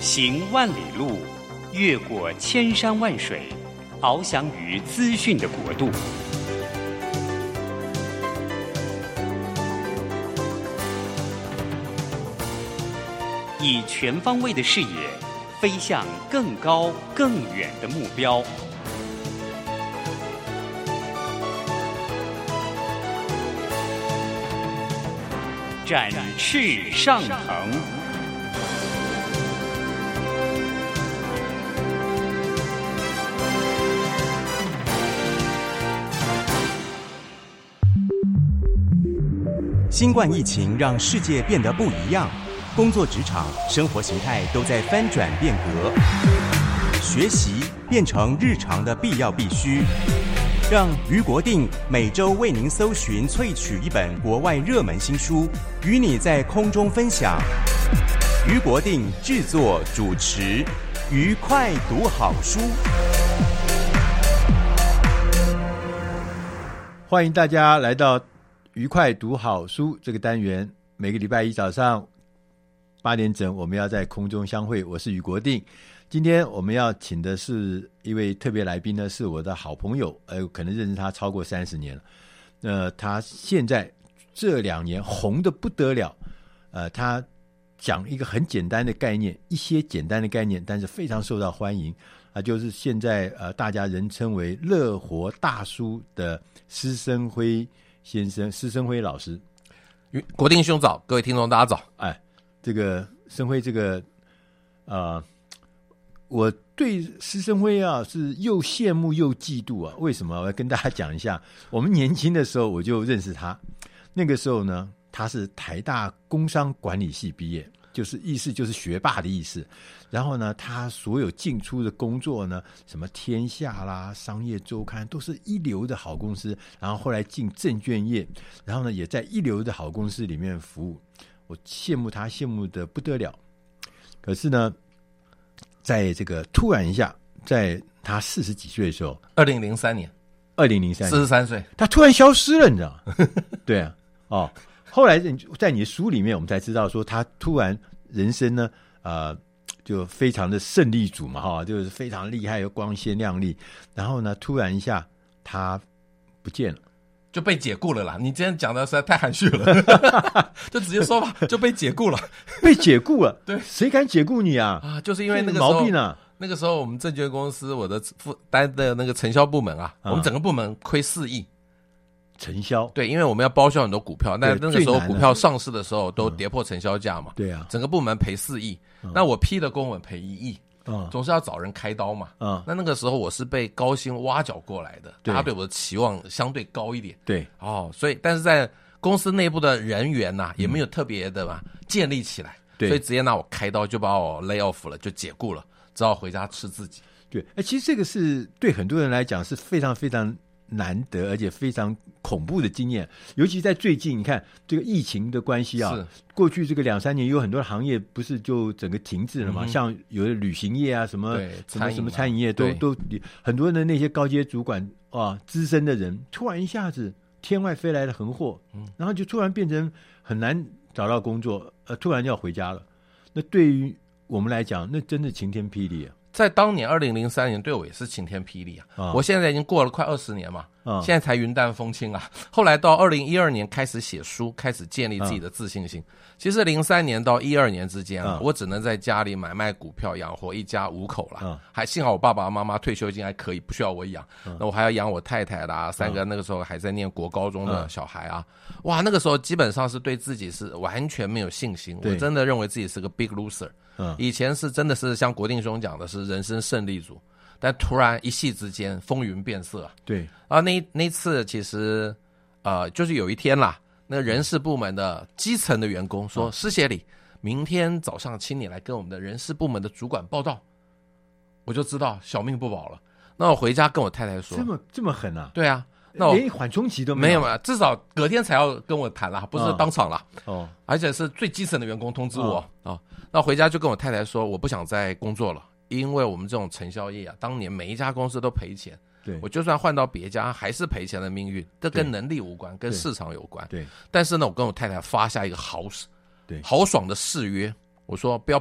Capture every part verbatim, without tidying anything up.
行万里路，越过千山万水，翱翔于资讯的国度。以全方位的视野，飞向更高更远的目标。展翅上腾。 新冠疫情让世界变得不一样，工作职场、生活形态都在翻转变革，学习变成日常的必要必须。让余国定每周为您搜寻萃取一本国外热门新书，与你在空中分享。余国定制作主持，愉快读好书。 欢迎大家来到愉快读好书这个单元，每个礼拜一早上八点整，我们要在空中相会。我是余国定。今天我们要请的是一位特别来宾呢，是我的好朋友，呃，可能认识他超过三十年了。呃，他现在这两年红得不得了。呃，他讲一个很简单的概念，一些简单的概念，但是非常受到欢迎啊、呃，就是现在呃大家人称为乐活大叔的施昇輝先生，施昇輝老师。 国定兄早，各位听众大家早。 哎，这个昇輝这个呃。我对施昇輝啊是又羡慕又嫉妒啊！为什么？我要跟大家讲一下。我们年轻的时候我就认识他，那个时候呢，他是台大工商管理系毕业，就是意思就是学霸的意思。然后呢，他所有进出的工作呢，什么天下啦、商业周刊都是一流的好公司。然后后来进证券业，然后呢也在一流的好公司里面服务。我羡慕他，羡慕的不得了。可是呢，在这个突然一下，在他四十几岁的时候， 二零零三年， 二零零三年， 四十三岁， 他突然消失了，你知道吗？对啊，哦，后来在你的书里面，我们才知道说，他突然人生呢，呃，就非常的胜利组嘛，哈，就是非常厉害又光鲜亮丽。然后呢，突然一下他不见了。 就被解雇了啦！你今天讲的实在太含蓄了，就直接说吧，就被解雇了， 被解雇了。 对， 谁敢解雇你啊？ 啊，就是因为那个时候毛病啊。 那个时候我们证券公司，我的负担的那个承销部门啊，啊我们整个部门亏四亿。 承销？ 对，因为我们要包销很多股票，但那个时候股票上市的时候都跌破承销价嘛。 嗯、对啊， 整个部门赔四亿、嗯，那我批的公文赔一亿。嗯，总是要找人开刀嘛。嗯，那那个时候我是被高薪挖角过来的，大家对我的期望相对高一点。 对， 哦，所以但是在公司内部的人员呐、啊嗯，也没有特别的嘛建立起来，所以直接拿我开刀就把我 lay off 了，就解雇了，只好回家吃自己。 对，哎，其实这个是对很多人来讲是非常非常难得而且非常恐怖的经验，尤其在最近，你看这个疫情的关系啊，过去这个两三年有很多行业不是就整个停滞了嘛、嗯，像有的旅行业啊，什么什么什么餐饮业都都很多的那些高阶主管啊、资深的人，突然一下子天外飞来的横祸，嗯，然后就突然变成很难找到工作，呃，突然要回家了。那对于我们来讲，那真的晴天霹雳啊！ 在当年二零零三年对我也是晴天霹雳啊、哦！我现在已经过了快二十年嘛、哦，现在才云淡风轻啊。后来到二零一二年开始写书，开始建立自己的自信心。哦、其实零三年到一二年之间啊、哦，我只能在家里买卖股票养活一家五口了。哦、还幸好我爸爸妈妈退休金还可以，不需要我养。哦、那我还要养我太太啦，三个那个时候还在念国高中的小孩啊。哦、哇，那个时候基本上是对自己是完全没有信心，我真的认为自己是个 big loser。嗯、以前是真的是像国定兄讲的是人生胜利组，但突然一夕之间风云变色。 对啊，那那次其实呃就是有一天啦，那人事部门的基层的员工说：“施协理，明天早上请你来跟我们的人事部门的主管报道。”我就知道小命不保了。那我回家跟我太太说：“ 这么这么狠啊？” 对啊。那我连缓冲期都没有， 没有嘛，至少隔天才要跟我谈啦，不是当场啦。 哦， 而且是最基层的员工通知我啊、哦哦。那回家就跟我太太说，我不想再工作了，因为我们这种承销业啊，当年每一家公司都赔钱。 对， 我就算换到别家，还是赔钱的命运。这跟能力无关，跟市场有关。 对。 但是呢，我跟我太太发下一个豪， 对， 豪爽的誓约，我说不要怕，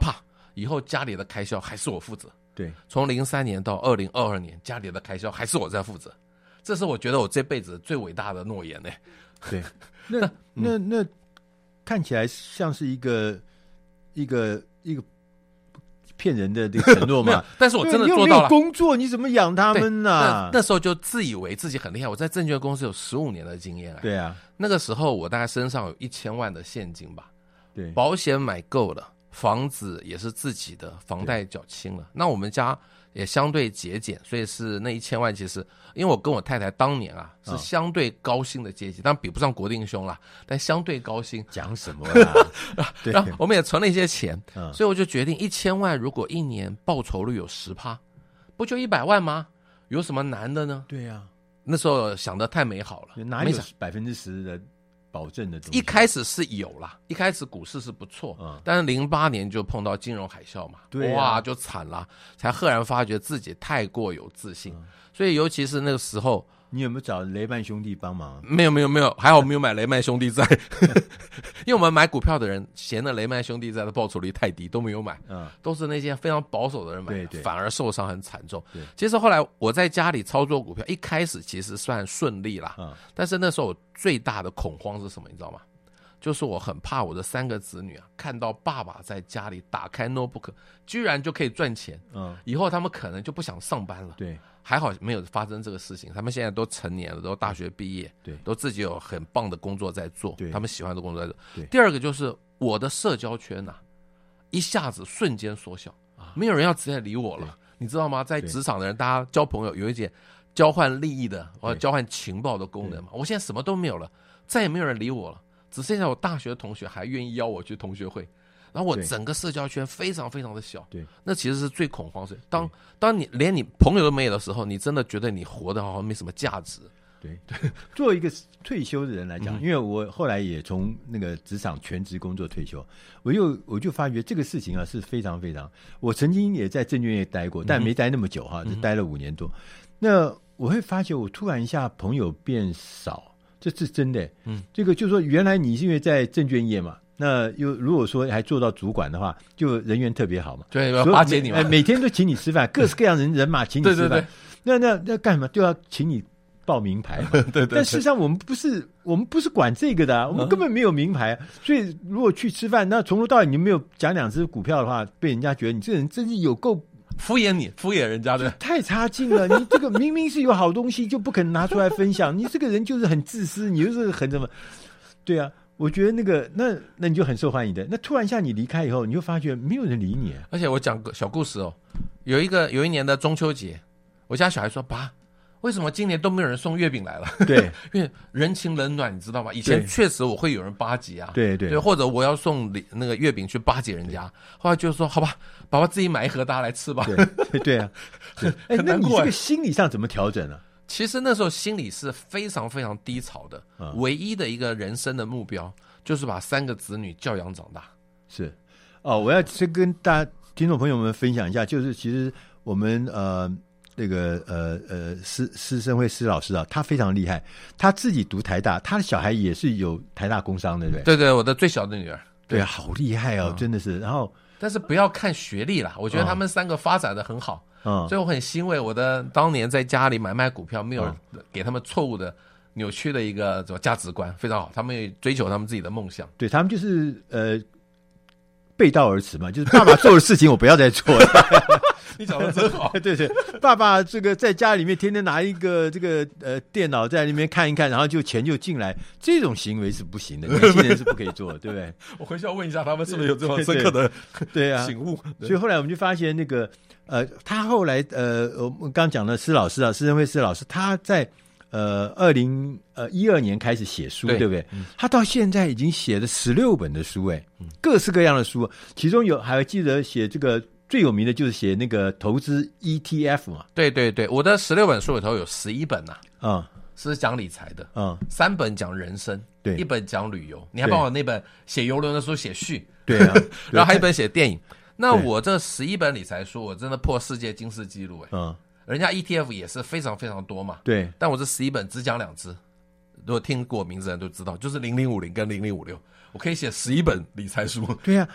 以后家里的开销还是我负责。 对， 从零三年到二零二二年，家里的开销还是我在负责。这是我觉得我这辈子最伟大的诺言呢。 对，那那那看起来像是一个一个一个骗人的这个承诺嘛？ 但是我真的做到了。你有没有工作，你怎么养他们呢、 啊？那, 那时候就自以为自己很厉害。我在证券公司有十五年的经验、哎。 对啊， 那个时候我大概身上有一千万的现金吧。 对， 保险买够了，房子也是自己的，房贷缴清了。那我们家也相对节俭，所以是那一千万，其实因为我跟我太太当年啊是相对高薪的阶级，当然比不上国定兄啦，但相对高薪。 讲什么啦？ 然后我们也存了一些钱，所以我就决定一千万如果一年报酬率有 百分之十， 不就一百万吗？有什么难的呢？ 对啊， 那时候想得太美好了， 哪有百分之十的保证的东西？ 一开始是有啦，一开始股市是不错，嗯、但是零八年就碰到金融海啸嘛， 对、啊， 哇，就惨了，才赫然发觉自己太过有自信，嗯、所以尤其是那个时候， 你有没有找雷曼兄弟帮忙？ 没有，没有，没有，还好没有买雷曼兄弟债，因为我们买股票的人嫌那雷曼兄弟债的报酬率太低，都没有买，嗯，都是那些非常保守的人买， 对对， 反而受伤很惨重。其实后来我在家里操作股票，一开始其实算顺利啦，嗯，但是那时候我最大的恐慌是什么？你知道吗？就是我很怕我的三个子女啊，看到爸爸在家里打开 notebook， 居然就可以赚钱，嗯，以后他们可能就不想上班了。 对， 还好没有发生这个事情，他们现在都成年了，都大学毕业， 对， 都自己有很棒的工作在做， 对， 他们喜欢的工作在做。 对， 第二个就是我的社交圈啊，一下子瞬间缩小，啊、没有人要直接理我了，你知道吗？在职场的人，大家交朋友有一点交换利益的或者交换情报的功能嘛。我现在什么都没有了，再也没有人理我了。只剩下我大学同学还愿意邀我去同学会，然后我整个社交圈非常非常的小。 对， 那其实是最恐慌的。当当你连你朋友都没有的时候，你真的觉得你活得好像没什么价值。 对对，作为一个退休的人来讲，嗯、因为我后来也从那个职场全职工作退休，我就我就发觉这个事情啊是非常非常。我曾经也在证券业待过，但没待那么久哈，就待了五年多。嗯、那我会发觉我突然一下朋友变少。这是真的，嗯，这个就是说，原来你是因为在证券业嘛，那又如果说还做到主管的话，就人缘特别好嘛， 对，要巴结你嘛， 每天都请你吃饭，各式各样人人马请你吃饭， 对对对， 那那那干什么？就要请你报名牌嘛， 对, 对对。 但事实上我们不是我们不是管这个的、啊，我们根本没有名牌，嗯、所以如果去吃饭，那从头到尾你没有讲两只股票的话，被人家觉得你这人真是有够。 敷衍你，敷衍人家的， 太差劲了！你这个明明是有好东西，就不肯拿出来分享，你这个人就是很自私，你就是很怎么？对啊，我觉得那个那那你就很受欢迎的。那突然一下你离开以后，你就发觉没有人理你、啊。 而且我讲个小故事哦，有一个有一年的中秋节，我家小孩说：“爸，为什么今年都没有人送月饼来了？” 对， 因为人情冷暖，你知道吗？以前确实我会有人巴结啊， 对 对, 对，或者我要送那个月饼去巴结人家，后来就说：“好吧，爸爸自己买一盒，大家来吃吧。” 对对啊，哎，那你这个心理上怎么调整呢、啊？ 其实那时候心里是非常非常低潮的，嗯、唯一的一个人生的目标就是把三个子女教养长大。 是哦，我要先跟大家听众朋友们分享一下，就是其实我们呃。这个呃呃施施生辉施老师啊，他非常厉害，他自己读台大，他的小孩也是有台大工商的，对不对？ 对对，我的最小的女儿， 对，对好厉害哦，嗯、真的是。然后， 但是不要看学历啦，我觉得他们三个发展的很好，嗯，所以我很欣慰，我的当年在家里买卖股票，没有给他们错误的、扭曲的一个什么价值观，非常好，他们也追求他们自己的梦想， 对他们就是呃背道而驰嘛，就是爸爸做的事情我不要再做了。 你讲的真好， 对对，爸爸这个在家里面天天拿一个这个呃电脑在那边看一看，然后就钱就进来，这种行为是不行的，年轻人是不可以做的，对不对？ 我回去要问一下他们是不是有这种深刻的对啊醒悟。 所以后来我们就发现那个呃，他后来呃，我们刚讲的施老师啊，施生辉施老师，他在呃二零呃一二年开始写书， 对, 对不对？嗯、他到现在已经写了十六本的书，哎，各式各样的书，其中有还记得写这个。最有名的就是写那个投资 E T F 嘛， 对对对，我的十六本书里头有十一本呐、啊， 嗯， 是讲理财的， 嗯， 三本讲人生， 对， 一本讲旅游，你还帮我那本写游轮的书写序， 对啊， 然后还有一本写电影。那我这十一本理财书，我真的破世界金氏纪录哎，嗯，人家 E T F 也是非常非常多嘛， 对， 但我这十一本只讲两支，如果听过我名字的人都知道，就是零零五零跟零零五六。我可以写十一本理财书， 对啊，他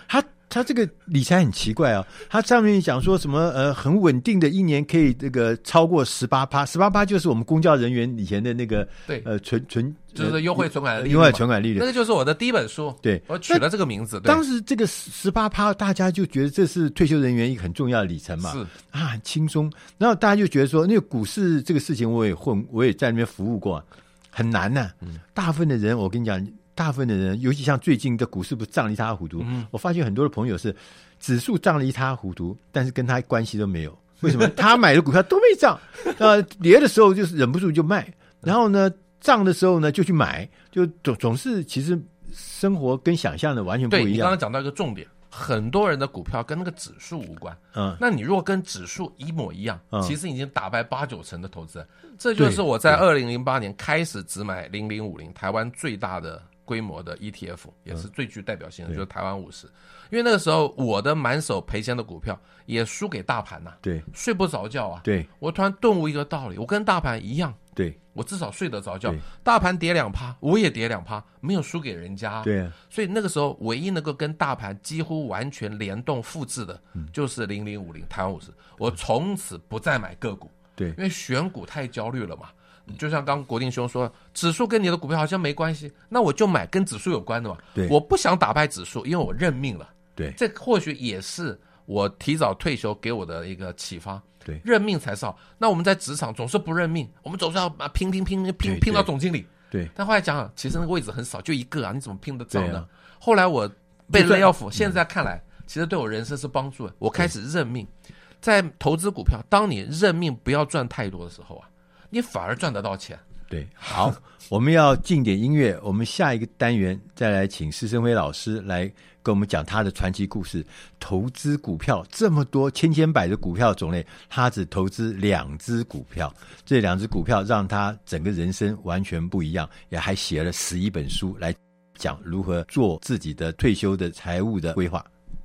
他这个理财很奇怪啊，他上面讲说什么呃很稳定的一年可以这个超过十八趴，十八趴就是我们公教人员以前的那个对呃存存就是优惠存款利率， 优惠存款利率， 那个就是我的第一本书， 对， 我取了这个名字。 当时这个十八趴，大家就觉得这是退休人员一个很重要的里程嘛， 是啊，很轻松。然后大家就觉得说，那个股市这个事情，我也混，我也在那边服务过，很难呐、啊。嗯，大部分的人，我跟你讲。大部分的人，尤其像最近的股市不是涨得一塌糊涂、嗯，我发现很多的朋友是指数涨得一塌糊涂，但是跟他关系都没有。为什么？他买的股票都没涨，呃，跌的时候就是忍不住就卖，然后呢，涨的时候呢就去买，就总总是其实生活跟想象的完全不一样。 对，你刚刚讲到一个重点，很多人的股票跟那个指数无关，嗯，那你如果跟指数一模一样，嗯、其实已经打败八九成的投资人。这就是我在二零零八年开始只买零零五零，台湾最大的规模的 E T F， 也是最具代表性的，嗯、就是台湾五十。因为那个时候我的满手赔钱的股票也输给大盘呐、啊， 对， 睡不着觉啊。 对， 我突然顿悟一个道理，我跟大盘一样， 对， 我至少睡得着觉。大盘跌两趴，我也跌两趴，没有输给人家、啊。 对、啊， 所以那个时候唯一能够跟大盘几乎完全联动复制的，嗯、就是零零五零台湾五十。我从此不再买个股。 对， 因为选股太焦虑了嘛，就像刚刚国定兄说，指数跟你的股票好像没关系，那我就买跟指数有关的嘛。 对， 我不想打败指数，因为我认命了。 对， 这或许也是我提早退休给我的一个启发。 对， 认命才是好。那我们在职场总是不认命，我们总是要拼拼拼拼拼到总经理。 对， 但后来讲，其实那个位置很少，就一个啊，你怎么拼得着呢？啊、后来我被 lay off， 现在看来，其实对我人生是帮助的。我开始认命。在投资股票，当你认命不要赚太多的时候啊，你反而赚得到钱。 对，好，我们要进点音乐，我们下一个单元再来请施昇辉老师来跟我们讲他的传奇故事。投资股票这么多千千百的股票种类，他只投资两只股票，这两只股票让他整个人生完全不一样，也还写了十一本书来讲如何做自己的退休的财务的规划。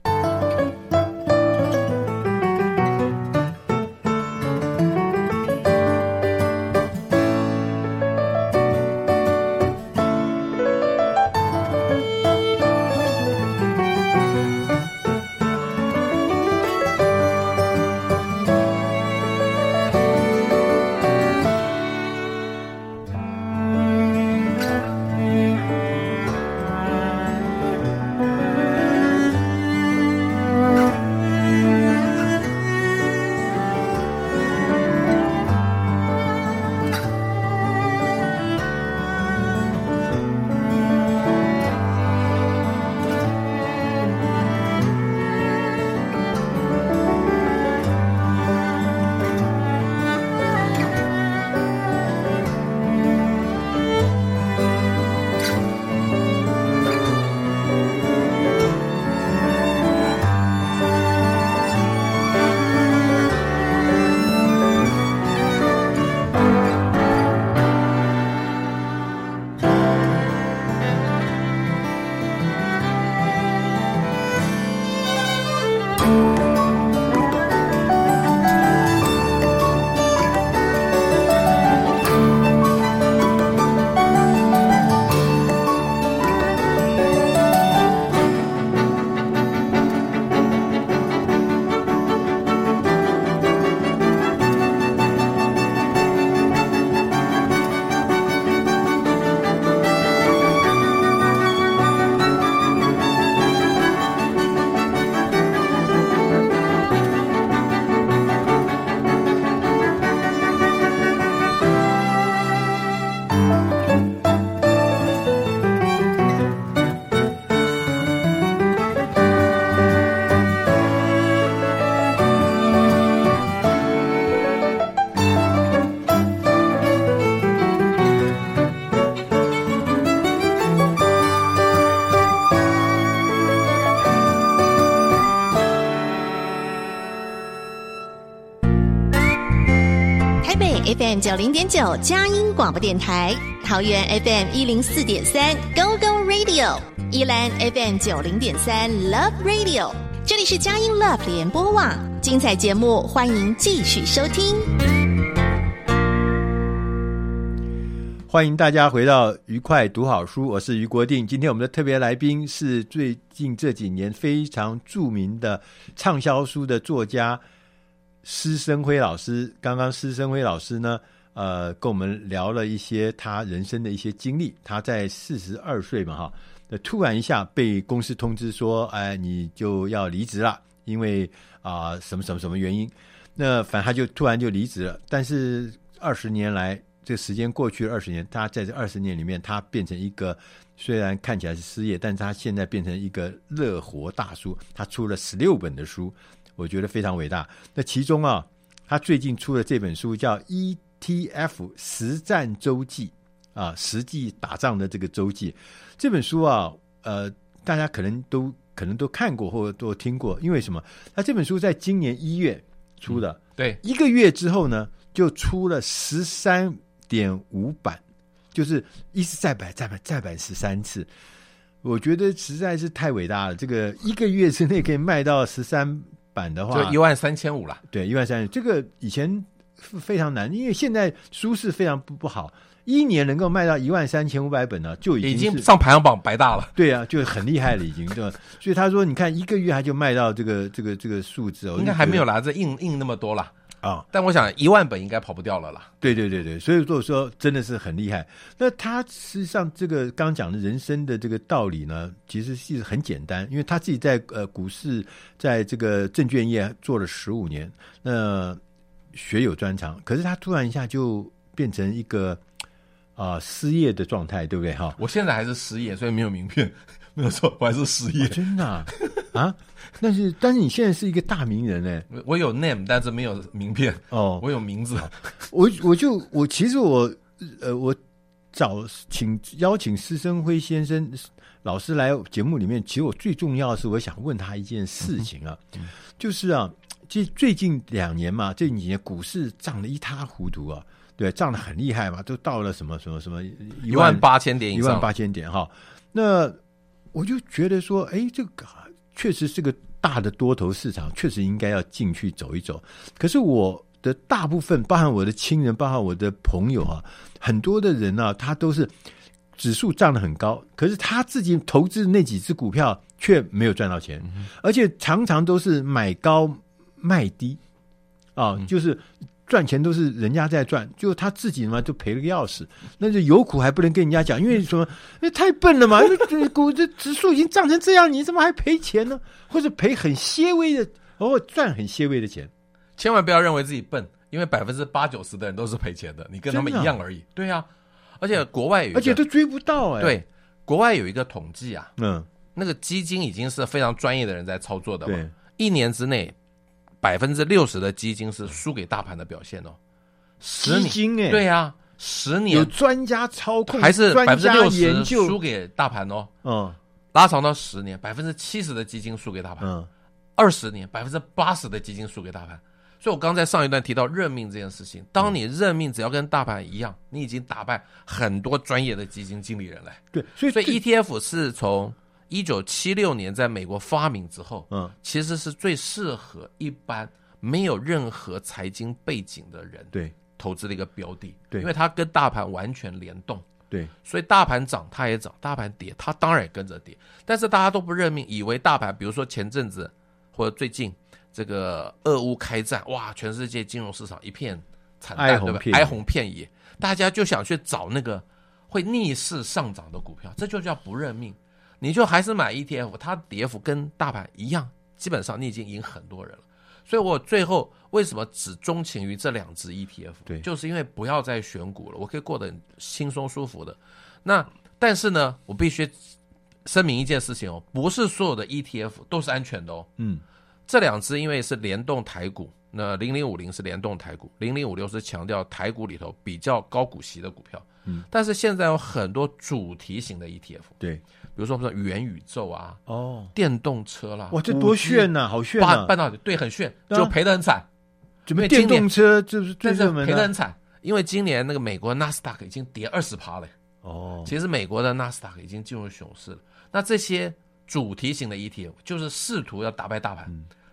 F M 九零点九佳音广播电台，桃园 F M 一零四点三 Go Go Radio， 宜兰 F M 九零点三 Love Radio， 这里是佳音 Love 联播网，精彩节目欢迎继续收听。 欢迎大家回到愉快读好书，我是余国定。今天我们的特别来宾是最近这几年非常著名的畅销书的作家施昇辉老师。刚刚施昇辉老师呢，呃，跟我们聊了一些他人生的一些经历。他在四十二岁嘛，哈，突然一下被公司通知说，哎，你就要离职了，因为啊、呃、什么什么什么原因。那反正他就突然就离职了。但是二十年来，这个时间过去了二十年，他在这二十年里面，他变成一个虽然看起来是失业，但是他现在变成一个乐活大叔。他出了十六本的书，我觉得非常伟大。那其中啊，他最近出了这本书叫《E T F 实战周记》啊，实际打仗的这个周记。这本书啊，呃，大家可能都可能都看过或者都听过，因为什么？他这本书在今年一月出的， 嗯、对， 一个月之后呢，就出了十三点五版，就是一直再版再版再版十三次。我觉得实在是太伟大了。这个一个月之内可以卖到十三版的话， 就一万三千五了。 对，一万三，这个以前非常难，因为现在书市非常不不好，一年能够卖到一万三千五百本呢，就已经已经上排行榜百大了。 对啊，就很厉害了，已经对吧？所以他说，你看一个月他就卖到这个这个这个数字， 应该还没有拿着印印那么多了。 啊、哦， 但我想一万本应该跑不掉了啦。 对对对对，所以说说真的是很厉害。那他实际上这个刚讲的人生的这个道理呢，其实是很简单，因为他自己在呃股市，在这个证券业做了十五年，那学有专长，可是他突然一下就变成一个啊、呃、失业的状态，对不对哈？ 我现在还是失业，所以没有名片，没有错，我还是失业。 哦、真的啊？啊但是但是你现在是一个大名人哎， 我有 name， 但是没有名片哦，我有名字。 我我就我其实我呃我找请邀请施昇辉先生老师来节目里面，其实我最重要的是我想问他一件事情啊，嗯、就是啊，其实最近两年嘛，这几年股市涨得一塌糊涂啊，对，涨得很厉害嘛，都到了什么什么什么一万八千点以上， 一万八千点哈。那我就觉得说，哎，这个确实是个大的多头市场，确实应该要进去走一走。可是我的大部分，包含我的亲人，包含我的朋友啊，很多的人啊，他都是指数涨得很高，可是他自己投资的那几只股票却没有赚到钱，嗯、而且常常都是买高卖低啊，嗯、就是赚钱都是人家在赚，就他自己嘛就赔了个要死，那就有苦还不能跟人家讲，因为什么？因为太笨了嘛！股这指数已经涨成这样，你怎么还赔钱呢？或者赔很些微的，偶尔赚很些微的钱。 千万不要认为自己笨，因为百分之八九十的人都是赔钱的，你跟他们一样而已。啊对啊，而且国外有一个， 而且都追不到哎、欸。 对，国外有一个统计啊， 嗯， 那个基金已经是非常专业的人在操作的嘛， 对， 一年之内百分之六十的基金是输给大盘的表现哦。十年基金哎、欸， 对啊，十年有专家操控， 还是百分之六十究输给大盘哦。 嗯， 拉长到十年，百分之七十的基金输给大盘。嗯，二十年，百分之八十的基金输给大盘。所以我刚才上一段提到认命这件事情，当你认命只要跟大盘一样，你已经打败很多专业的基金经理人了。 对，所以所以 E T F 是从一九七六年在美国发明之后，嗯，其实是最适合一般没有任何财经背景的人对投资的一个标的， 对， 因为它跟大盘完全联动。 对， 所以大盘涨它也涨，大盘跌它当然也跟着跌。但是大家都不认命，以为大盘，比如说前阵子或者最近这个俄乌开战，哇，全世界金融市场一片惨淡，对吧？哀鸿遍野，大家就想去找那个会逆势上涨的股票，这就叫不认命。你就还是买 E T F， 它跌幅跟大盘一样，基本上你已经赢很多人了。所以我最后为什么只钟情于这两只 E T F？ 对， 就是因为不要再选股了，我可以过得很轻松舒服的。那但是呢，我必须声明一件事情哦，不是所有的 E T F 都是安全的哦。嗯，这两只因为是联动台股，那零零五零是联动台股，零零五六是强调台股里头比较高股息的股票。嗯，但是现在有很多主题型的 E T F， 对， 比如说说元宇宙啊，哦，电动车啦， 哇，这多炫呐、啊，好炫啊！ 半导体对，很炫，就赔得很惨。 准备电动车就是最热门的， 赔得很惨，因为今年那个美国纳斯达克已经跌二十趴了。哦，其实美国的纳斯达克已经进入熊市了。那这些主题型的 E T F 就是试图要打败大盘，嗯、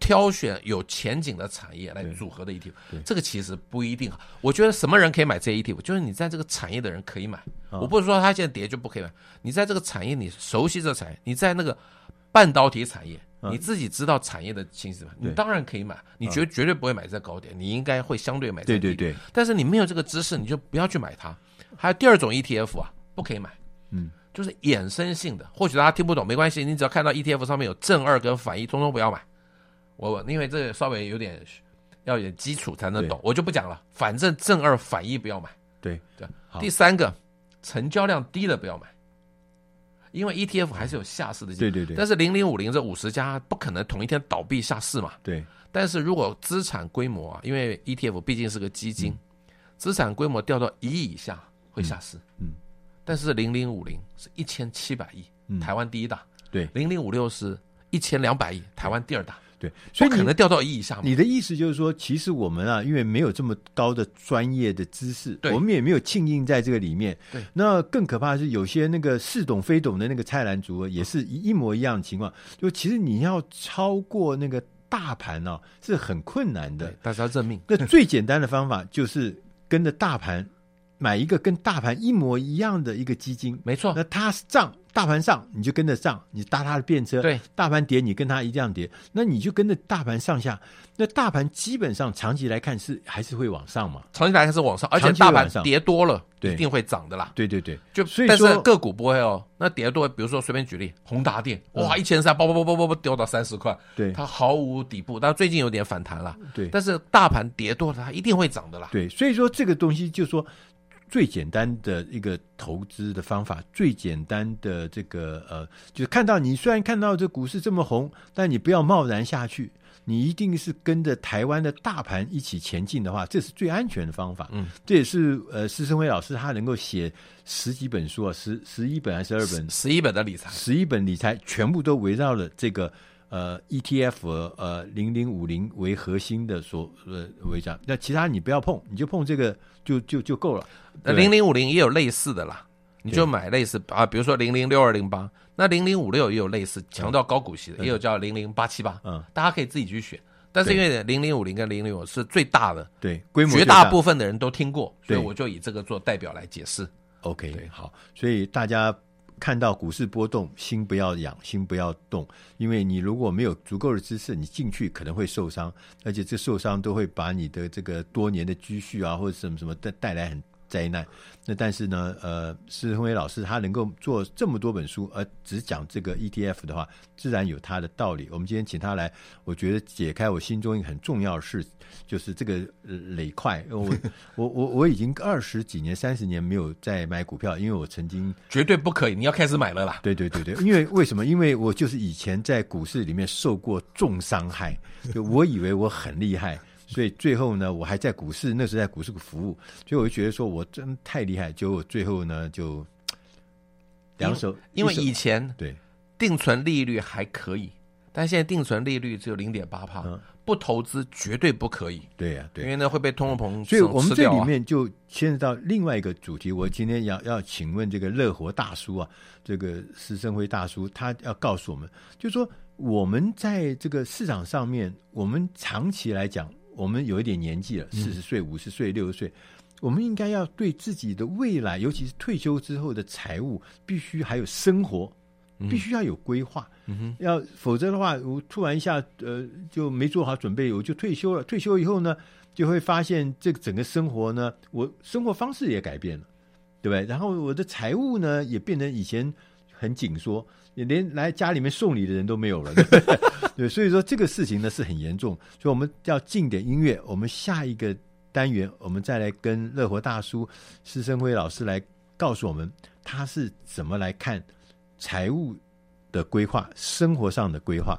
挑选有前景的产业来组合的 E T F， 这个其实不一定。我觉得什么人可以买这些 E T F， 就是你在这个产业的人可以买。哦、我不是说他现在跌就不可以买，你在这个产业你熟悉这个产业，你在那个半导体产业，嗯、你自己知道产业的情形，你当然可以买。你绝绝对不会买在高点，你应该会相对买在低点。对对对。但是你没有这个知识，你就不要去买它。还有第二种 E T F 啊，不可以买。嗯。就是衍生性的，或许大家听不懂没关系，你只要看到 E T F 上面有正二跟反一，通通不要买。我因为这个稍微有点要有点基础才能懂，我就不讲了。反正正二反一不要买。对对。第三个，成交量低的不要买，因为 E T F 还是有下市的机会。对对对。但是零零五零这五十家不可能同一天倒闭下市嘛。对。但是如果资产规模啊，因为 E T F 毕竟是个基金，嗯、资产规模掉到一亿以下会下市。嗯。嗯但是零零五零是一千七百亿，嗯、台湾第一大。对，零零五六是一千两百亿，台湾第二大。对，所以可能掉到一以上。 你的意思就是说，其实我们啊，因为没有这么高的专业的知识，我们也没有浸淫在这个里面。对，那更可怕的是，有些那个似懂非懂的那个菜篮族，也是一模一样的情况。就其实你要超过那个大盘哦，是很困难的。 大家要认命。 那最简单的方法就是跟着大盘。买一个跟大盘一模一样的一个基金， 没错。 那它涨，大盘上你就跟着上，你搭它的便车。对，大盘跌你跟它一样跌，那你就跟着大盘上下。那大盘基本上长期来看是还是会往上嘛？ 长期来看是往上，而且大盘跌多了一定会涨的啦。 对对对， 就所以说但是个股不会哦。那跌多，比如说随便举例，宏达电，哇，一千三，啵啵啵啵啵啵掉到三十块，对，它毫无底部，但最近有点反弹了。对，但是大盘跌多了，它一定会涨的啦。 对，所以说这个东西就是说。最简单的一个投资的方法，最简单的这个呃，就是看到你虽然看到这股市这么红，但你不要贸然下去，你一定是跟着台湾的大盘一起前进的话，这是最安全的方法。嗯，这也是呃施昇辉老师他能够写十几本书啊，十十一本还是十二本？ 十一本的理财， 十一本理财全部都围绕了这个。呃 ，E T F 呃零零五零为核心的所呃围绕，那其他你不要碰，你就碰这个就就就够了。 那零零五零也有类似的啦，你就买类似啊，比如说零零六二零八，那零零五六也有类似强调高股息的，嗯、也有叫零零八七八，嗯，大家可以自己去选。但是因为零零五零跟零零五是最大的， 对，规模绝大部分的人都听过，所以我就以这个做代表来解释。 OK， 好，所以大家。看到股市波动，心不要痒，心不要动，因为你如果没有足够的知识，你进去可能会受伤，而且这受伤都会把你的这个多年的积蓄啊，或者什么什么带带来很灾难。那但是呢，呃，施昇辉老师他能够做这么多本书，而只讲这个 E T F 的话，自然有他的道理。我们今天请他来，我觉得解开我心中一个很重要的事，就是这个垒块。我我我我已经二十几年、三十年没有再买股票，因为我曾经绝对不可以，你要开始买了啦。 对对对对，因为为什么？因为我就是以前在股市里面受过重伤害，就我以为我很厉害。所以最后呢，我还在股市，那时候在股市服务，所以我就觉得说我真太厉害，结果最后呢就两手， 因为以前对定存利率还可以，但现在定存利率只有 零点八趴， 不投资绝对不可以。 对啊，对， 因为呢会被通货膨胀吃掉啊。 所以我们这里面就牵涉到另外一个主题，我今天要要请问这个乐活大叔啊，这个施昇辉大叔，他要告诉我们，就是说我们在这个市场上面，我们长期来讲。我们有一点年纪了，四十岁、五十岁、六十岁，我们应该要对自己的未来，尤其是退休之后的财务，必须还有生活，必须要有规划。嗯、要否则的话，我突然一下呃就没做好准备，我就退休了。退休以后呢，就会发现这个整个生活呢，我生活方式也改变了，对不对？然后我的财务呢，也变成以前很紧缩。连来家里面送礼的人都没有了，对不对？对，所以说这个事情呢是很严重，所以我们要进点音乐。我们下一个单元，我们再来跟乐活大叔施昇辉老师来告诉我们，他是怎么来看财务的规划、生活上的规划。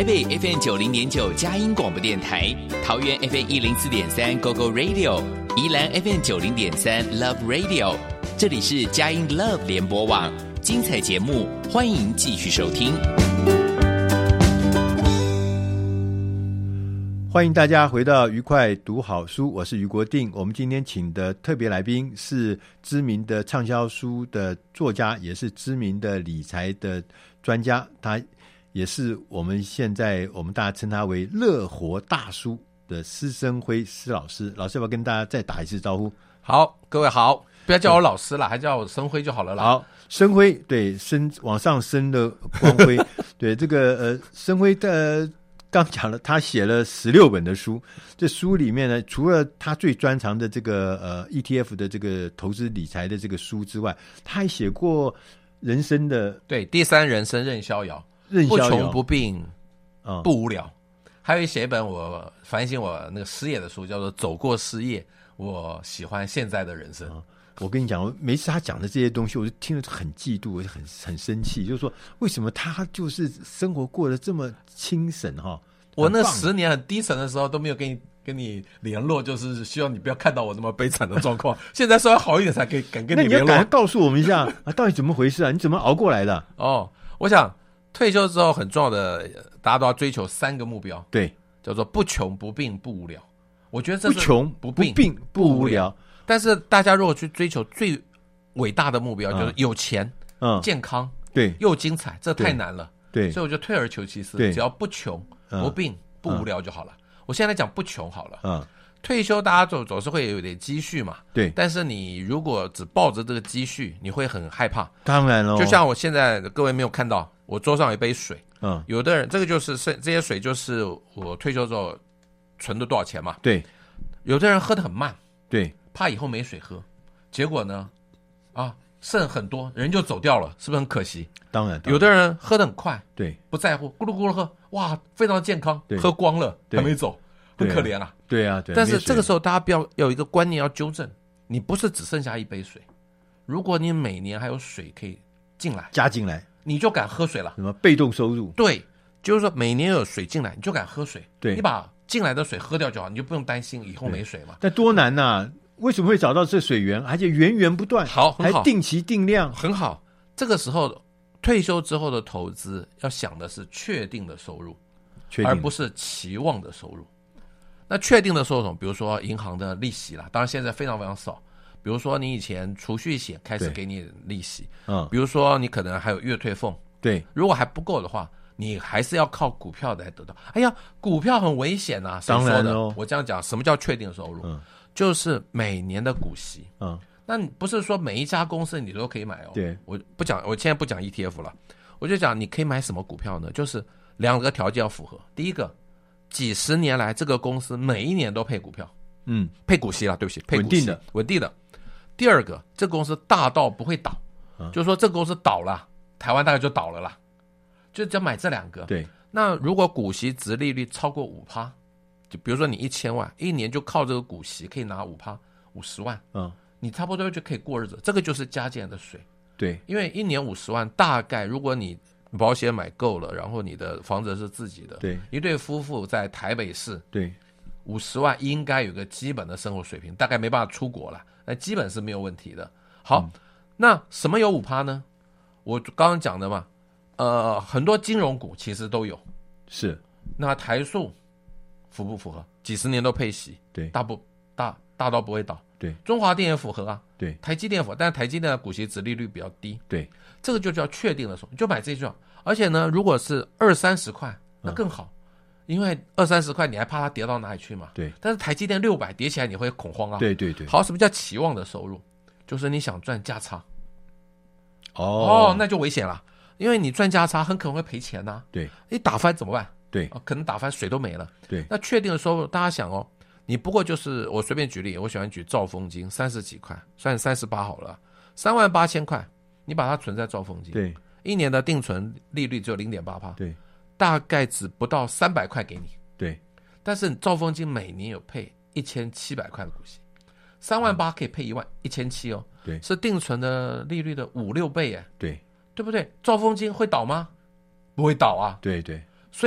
台北 F M 九零点九佳音广播电台，桃园 F M 一零四点三 Go Go Radio， 宜兰 F M 九零点三 Love Radio， 这里是佳音 Love 联播网，精彩节目欢迎继续收听。 欢迎大家回到愉快读好书，我是余国定。我们今天请的特别来宾是知名的畅销书的作家，也是知名的理财的专家，他也是我们现在我们大家称他为乐活大叔的施昇辉施老师。老师要不要跟大家再打一次招呼？ 好，各位好，不要叫我老师了，还叫我昇辉就好了啦。 好，昇辉，对，升往上升的光辉。对，这个呃，昇辉的刚讲了，他写了十六本的书。这书里面呢，除了他最专长的这个呃 E T F 的这个投资理财的这个书之外，他还写过人生的对第三人生任逍遥， 任逍遥不穷不病、 嗯、 不无聊。还有写一本我反省我那个失业的书，叫做《走过失业，我喜欢现在的人生》。 嗯，我跟你讲，每次他讲的这些东西，我就听得很嫉妒，我就很很生气，就是说为什么他就是生活过得这么清省哈？ 我那十年很低沉的时候都没有跟你跟你联络，就是希望你不要看到我这么悲惨的状况。现在稍微好一点才可以敢跟你联络。 那你要赶快告诉我们一下啊，到底怎么回事啊？你怎么熬过来的？ 哦，我想退休之后很重要的，大家都要追求三个目标， 对， 叫做不穷不病不无聊。我觉得这是不穷不病不病不无聊。 但是大家如果去追求最伟大的目标，就是有钱、 嗯、 健康， 对， 又精彩，这太难了。 对， 所以我就退而求其次，只要不穷、 嗯、 不病、不无聊就好了。嗯、我现在讲不穷好了。 嗯， 退休大家总总是会有点积蓄嘛。 对， 但是你如果只抱着这个积蓄，你会很害怕。 当然了， 就像我现在各位没有看到，我桌上有一杯水。 嗯， 有的人这个就是这些水就是我退休之后存的多少钱嘛。 对， 有的人喝得很慢， 对， 怕以后没水喝，结果呢，啊，剩很多，人就走掉了，是不是很可惜？ 当然，当然有的人喝得很快， 对， 不在乎，咕噜咕噜喝，哇，非常健康， 对， 喝光了还没走，很可怜啊。 对啊，对。 但是这个时候大家不要有一个观念要纠正，你不是只剩下一杯水，如果你每年还有水可以进来加进来， 你就敢喝水了。 什么被动收入？ 对，就是说每年有水进来，你就敢喝水。 对， 你把进来的水喝掉就好，你就不用担心以后没水嘛。 但多难呐、啊！为什么会找到这水源，而且源源不断？ 好，很好， 还定期定量， 很好。这个时候退休之后的投资，要想的是确定的收入，而不是期望的收入。那确定的收入，比如说银行的利息啦，当然现在非常非常少。比如说你以前储蓄险开始给你利息，嗯，比如说你可能还有月退俸， 对， 如果还不够的话，你还是要靠股票来得到。哎呀，股票很危险啊，谁说的？我这样讲，什么叫确定收入？嗯，就是每年的股息，嗯。那你不是说每一家公司你都可以买哦？ 对， 我不讲，我现在不讲 E T F 了，我就讲你可以买什么股票呢？就是两个条件要符合。第一个，几十年来这个公司每一年都配股票，嗯，配股息啦，对不起，配股息，稳定的，稳定的。第二个，这个公司大到不会倒，嗯、就是说这个公司倒了，台湾大概就倒了啦，就只要买这两个。 对， 那如果股息殖利率超过五趴，就比如说你一千万，一年就靠这个股息可以拿五趴，五十万，嗯。你差不多就可以过日子，这个就是加减的水。 对， 因为一年五十万，大概如果你保险买够了，然后你的房子是自己的， 对， 一对夫妇在台北市， 对， 五十万应该有个基本的生活水平，大概没办法出国了，那基本是没有问题的。好，嗯、那什么有五趴呢？我刚刚讲的嘛，呃，很多金融股其实都有， 是。 那台塑符不符合？几十年都配息， 对， 大不大大到不会倒。 对， 中华电也符合啊， 对， 台积电符合，但是台积电的股息殖利率比较低， 对， 这个就叫确定的收入，你就买这句。而且呢，如果是二三十块，那更好，嗯、因为二三十块你还怕它跌到哪里去嘛？ 对， 但是台积电六百跌起来你会恐慌啊。 对对对。 好，什么叫期望的收入？就是你想赚价差， 哦哦，那就危险了，因为你赚价差很可能会赔钱呐、啊。 对， 你打翻怎么办？ 对、 哦，可能打翻水都没了。 对， 那确定的收入，大家想哦。你不过就是我随便举例，我喜欢举兆丰金三十几块，算三十八好了，三万八千块，你把它存在兆丰金， 对， 一年的定存利率只有零点八趴， 对， 大概只不到三百块给你， 对， 但是兆丰金每年有配一千七百块的股息，三万八可以配一万一千七哦， 对， 是定存的利率的五六倍哎， 对， 对不对？兆丰金会倒吗？不会倒啊， 对对， 所以。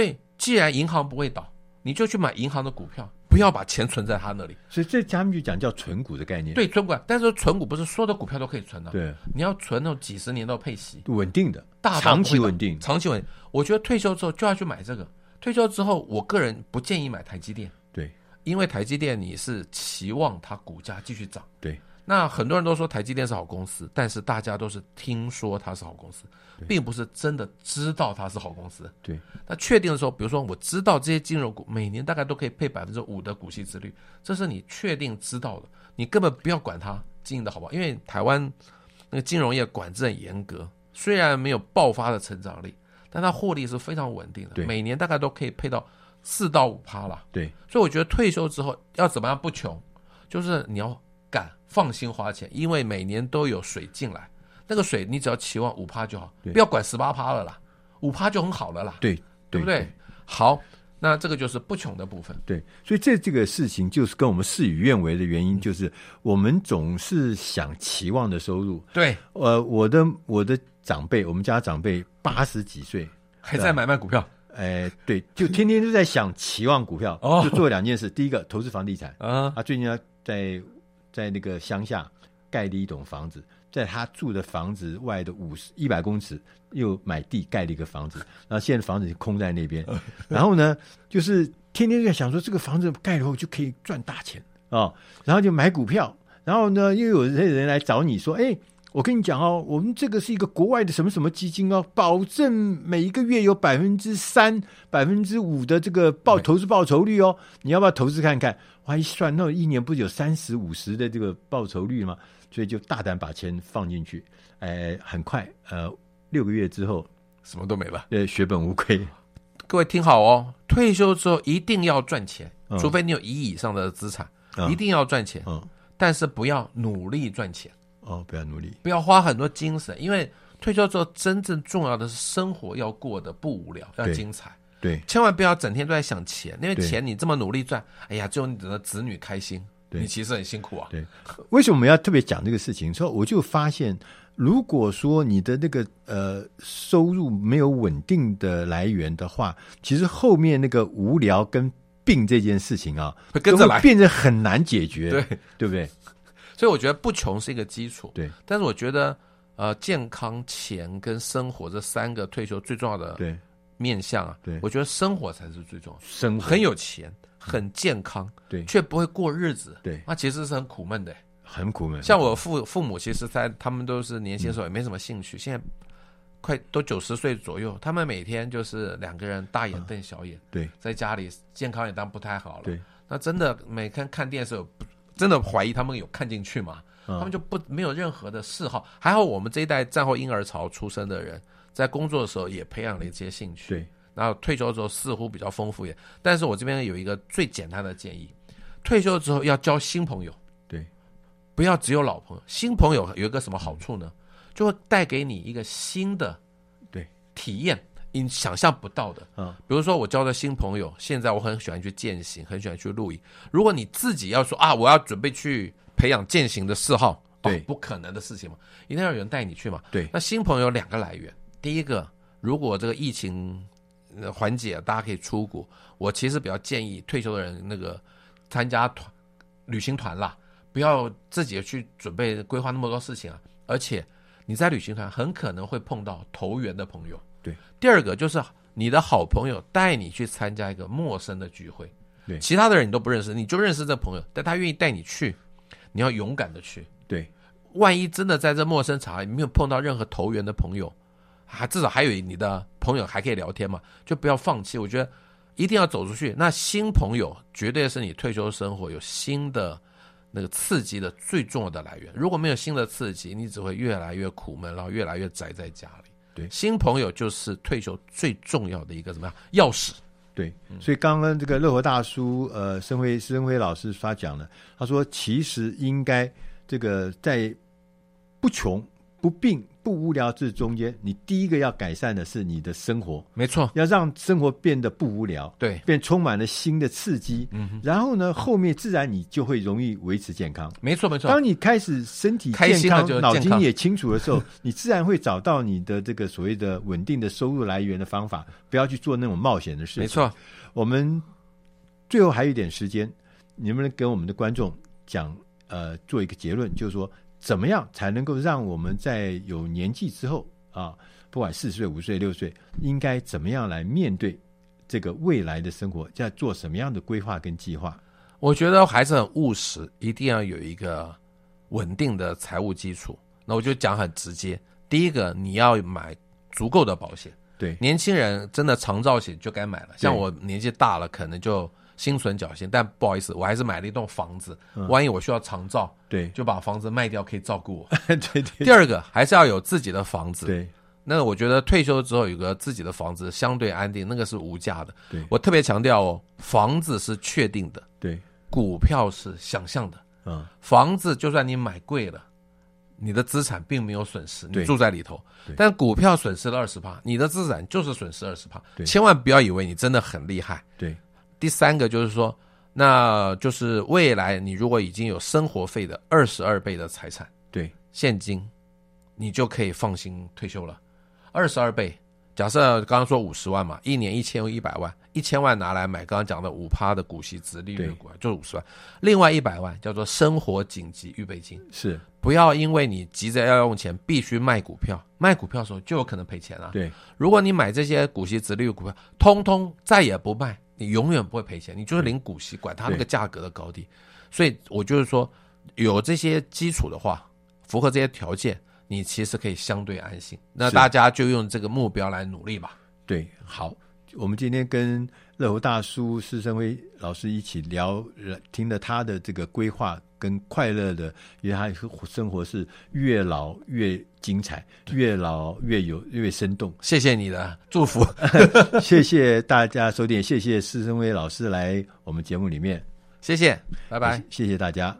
既然银行不会倒，你就去买银行的股票，不要把钱存在他那里。 所以这他们就讲叫存股的概念。 对，存股，但是存股不是所有的股票都可以存的。 对， 你要存那种几十年都配息， 稳定的， 大长期稳定， 长期稳定。我觉得退休之后就要去买这个。退休之后，我个人不建议买台积电。 对， 因为台积电你是期望它股价继续涨。 对。 那很多人都说台积电是好公司，但是大家都是听说它是好公司，并不是真的知道它是好公司。 对， 那确定的时候，比如说我知道这些金融股每年大概都可以配百分之五的股息殖率，这是你确定知道的，你根本不要管它经营的好不好，因为台湾那个金融业管制很严格，虽然没有爆发的成长力，但它获利是非常稳定的，每年大概都可以配到四到五趴啦。 对， 所以我觉得退休之后要怎么样不穷，就是你要敢放心花钱，因为每年都有水进来，那个水你只要期望五趴就好，不要管十八趴了啦，五趴就很好了啦， 对， 对不对？对，好，那这个就是不穷的部分。 对，所以这这个事情就是跟我们事与愿违的原因，就是我们总是想期望的收入。 对， 呃，我的我的长辈，我们家长辈八十几岁还在买卖股票。 哎，对，就天天都在想期望股票，哦、就做两件事。第一个，投资房地产。啊，他最近呢在。在那个乡下盖了一栋房子，在他住的房子外的五十一百公尺又买地盖了一个房子，然后现在房子空在那边，然后呢，就是天天在想说这个房子盖了后就可以赚大钱啊、哦，然后就买股票，然后呢又有些人来找你说，哎，我跟你讲哦，我们这个是一个国外的什么什么基金哦，保证每一个月有百分之三、百分之五的这个报投资报酬率哦，你要不要投资看看？我一算，那一年不是有三十五十的这个报酬率吗？所以就大胆把钱放进去，呃，很快，呃，六个月之后， 什么都没了， 呃，血本无亏。 各位听好哦，退休之后一定要赚钱，嗯、除非你有一亿以上的资产，嗯、一定要赚钱，嗯，但是不要努力赚钱。 哦，不要努力， 不要花很多精神，因为退休之后真正重要的是生活要过得不无聊，要精彩。 对， 千万不要整天都在想钱，因为钱你这么努力赚，哎呀，只有你的子女开心，你其实很辛苦啊。 对，为什么我们要特别讲这个事情？说我就发现，如果说你的那个呃收入没有稳定的来源的话，其实后面那个无聊跟病这件事情啊， 会跟着来， 变得很难解决， 对， 对不对？ 所以我觉得不穷是一个基础， 对。 但是我觉得，呃，健康、钱跟生活这三个退休最重要的对面向啊，对，我觉得生活才是最重要的。 生活很有钱，很健康，对，却不会过日子， 对， 那其实是很苦闷的， 很苦闷。 像我父父母，其实在他们都是年轻的时候也没什么兴趣，嗯、现在快都九十岁左右，他们每天就是两个人大眼瞪小眼，嗯、对，在家里健康也当不太好了，对，那真的每天看电视有。真的怀疑他们有看进去吗？他们就不没有任何的嗜好。还好我们这一代战后婴儿潮出生的人，在工作的时候也培养了一些兴趣。对，然后退休之后似乎比较丰富一点。但是我这边有一个最简单的建议：退休之后要交新朋友。对，不要只有老朋友。新朋友有一个什么好处呢？就会带给你一个新的对体验。你想象不到的，嗯，比如说我交的新朋友，现在我很喜欢去健行，很喜欢去露营。如果你自己要说啊，我要准备去培养健行的嗜好，对，哦、不可能的事情嘛，一定要有人带你去嘛。对，那新朋友两个来源，第一个，如果这个疫情缓解，大家可以出国，我其实比较建议退休的人那个参加团旅行团啦，不要自己去准备规划那么多事情啊，而且你在旅行团很可能会碰到投缘的朋友。对，第二个就是你的好朋友带你去参加一个陌生的聚会，对，其他的人你都不认识，你就认识这朋友，但他愿意带你去，你要勇敢的去。对，万一真的在这陌生场合没有碰到任何投缘的朋友，还至少还有你的朋友还可以聊天嘛，就不要放弃。我觉得一定要走出去。那新朋友绝对是你退休生活有新的那个刺激的最重要的来源。如果没有新的刺激，你只会越来越苦闷，然后越来越宅在家里。对，新朋友就是退休最重要的一个怎么样钥匙。 对，所以刚刚这个乐活大叔呃申辉施恩辉老师他讲了，他说其实应该这个在不穷不病不无聊这中间，你第一个要改善的是你的生活， 没错， 要让生活变得不无聊， 对， 变充满了新的刺激。嗯，然后呢，后面自然你就会容易维持健康。 没错没错， 当你开始身体健康，脑筋也清楚的时候，你自然会找到你的这个所谓的稳定的收入来源的方法，不要去做那种冒险的事情。 没错， 我们最后还有一点时间，你能不能跟我们的观众讲，呃，做一个结论，就是说，怎么样才能够让我们在有年纪之后啊，不管四十岁、五岁、六岁，应该怎么样来面对这个未来的生活，在做什么样的规划跟计划？ 我觉得还是很务实，一定要有一个稳定的财务基础。那我就讲很直接，第一个，你要买足够的保险。 对， 年轻人真的长照险就该买了，像我年纪大了，可能就心存侥幸，但不好意思，我还是买了一栋房子，嗯、万一我需要长照， 对， 就把房子卖掉，可以照顾我。 对, 对对。 第二个，还是要有自己的房子。 对。 那我觉得退休之后有个自己的房子相对安定，那个是无价的。 对， 我特别强调哦，房子是确定的， 对， 股票是想象的。 嗯， 房子就算你买贵了，你的资产并没有损失，你住在里头。但股票损失了 百分之二十， 你的资产就是损失 百分之二十， 千万不要以为你真的很厉害。 对。 第三个就是说，那就是未来你如果已经有生活费的二十二倍的财产， 对， 现金，你就可以放心退休了。二十二倍，假设刚刚说五十万嘛，一年一千一百万，一千万拿来买刚刚讲的五趴的股息殖利率股，就是五十万。另外一百万叫做生活紧急预备金， 是不要因为你急着要用钱，必须卖股票，卖股票的时候就有可能赔钱啊。 对， 如果你买这些股息殖利率股票，通通再也不卖，你永远不会赔钱，你就是领股息，管它那个价格的高低。所以我就是说，有这些基础的话，符合这些条件，你其实可以相对安心。那大家就用这个目标来努力吧。 对，好，我们今天跟乐活大叔施昇輝老师一起聊，听了他的这个规划跟快乐的，因为他生活是越老越精彩，越老越有越生动。 谢谢你的祝福， 谢谢大家收听，谢谢施昇輝老师来我们节目里面， 谢谢，拜拜， 谢谢大家。